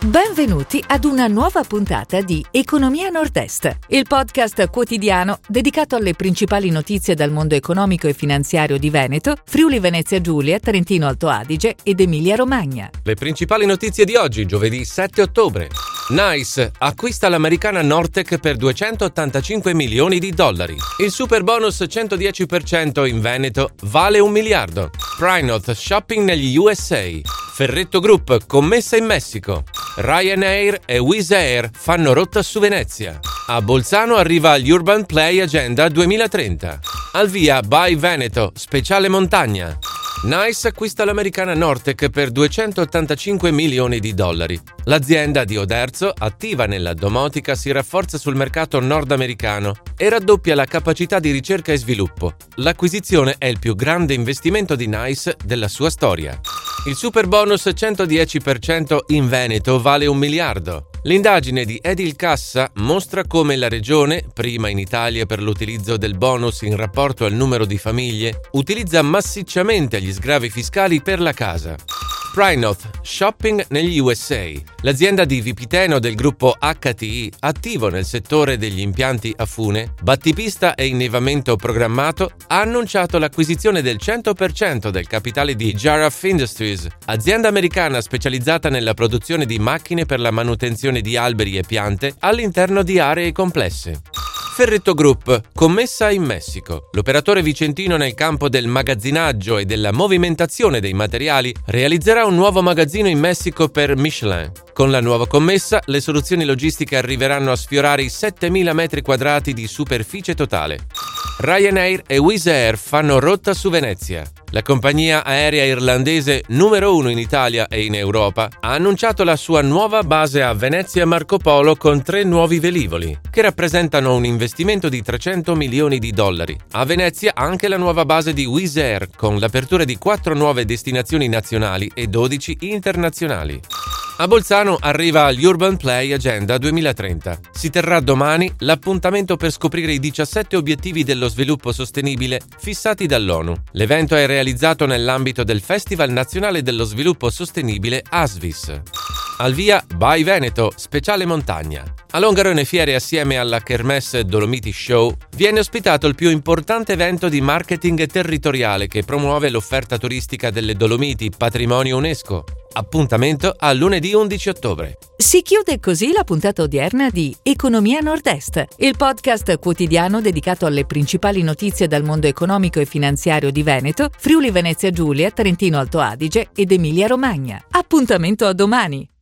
Benvenuti ad una nuova puntata di Economia Nord-Est, il podcast quotidiano dedicato alle principali notizie dal mondo economico e finanziario di Veneto, Friuli Venezia Giulia, Trentino Alto Adige ed Emilia Romagna. Le principali notizie di oggi, giovedì 7 ottobre. NICE acquista l'americana Nortec per $285 milioni. Il super bonus 110% in Veneto vale $1 miliardo. Prinorth shopping negli USA. Ferretto Group commessa in Messico. Ryanair e Wizz Air fanno rotta su Venezia. A Bolzano arriva l'Urban Play Agenda 2030. Al via By Veneto, speciale montagna. NICE acquista l'americana Nortec per $285 milioni. L'azienda di Oderzo, attiva nella domotica, si rafforza sul mercato nordamericano e raddoppia la capacità di ricerca e sviluppo. L'acquisizione è il più grande investimento di NICE della sua storia. Il super bonus 110% in Veneto vale $1 miliardo. L'indagine di Edilcassa mostra come la regione, prima in Italia per l'utilizzo del bonus in rapporto al numero di famiglie, utilizza massicciamente gli sgravi fiscali per la casa. Prinorth shopping negli USA. L'azienda di Vipiteno del gruppo HTI, attivo nel settore degli impianti a fune, battipista e innevamento programmato, ha annunciato l'acquisizione del 100% del capitale di Jarrah Industries, azienda americana specializzata nella produzione di macchine per la manutenzione di alberi e piante all'interno di aree complesse. Ferretto Group, commessa in Messico. L'operatore vicentino nel campo del magazzinaggio e della movimentazione dei materiali realizzerà un nuovo magazzino in Messico per Michelin. Con la nuova commessa, le soluzioni logistiche arriveranno a sfiorare i 7.000 metri quadrati di superficie totale. Ryanair e Wizz Air fanno rotta su Venezia. La compagnia aerea irlandese numero 1 in Italia e in Europa ha annunciato la sua nuova base a Venezia Marco Polo con 3 nuovi velivoli, che rappresentano un investimento di $300 milioni. A Venezia anche la nuova base di Wizz Air, con l'apertura di 4 nuove destinazioni nazionali e 12 internazionali. A Bolzano arriva l'Urban Play Agenda 2030. Si terrà domani l'appuntamento per scoprire i 17 obiettivi dello sviluppo sostenibile fissati dall'ONU. L'evento è realizzato nell'ambito del Festival Nazionale dello Sviluppo Sostenibile ASVIS. Al via By Veneto, speciale montagna. A Longarone Fiere, assieme alla Kermesse Dolomiti Show, viene ospitato il più importante evento di marketing territoriale che promuove l'offerta turistica delle Dolomiti, patrimonio UNESCO. Appuntamento a lunedì 11 ottobre. Si chiude così la puntata odierna di Economia Nord-Est, il podcast quotidiano dedicato alle principali notizie dal mondo economico e finanziario di Veneto, Friuli Venezia Giulia, Trentino Alto Adige ed Emilia Romagna. Appuntamento a domani!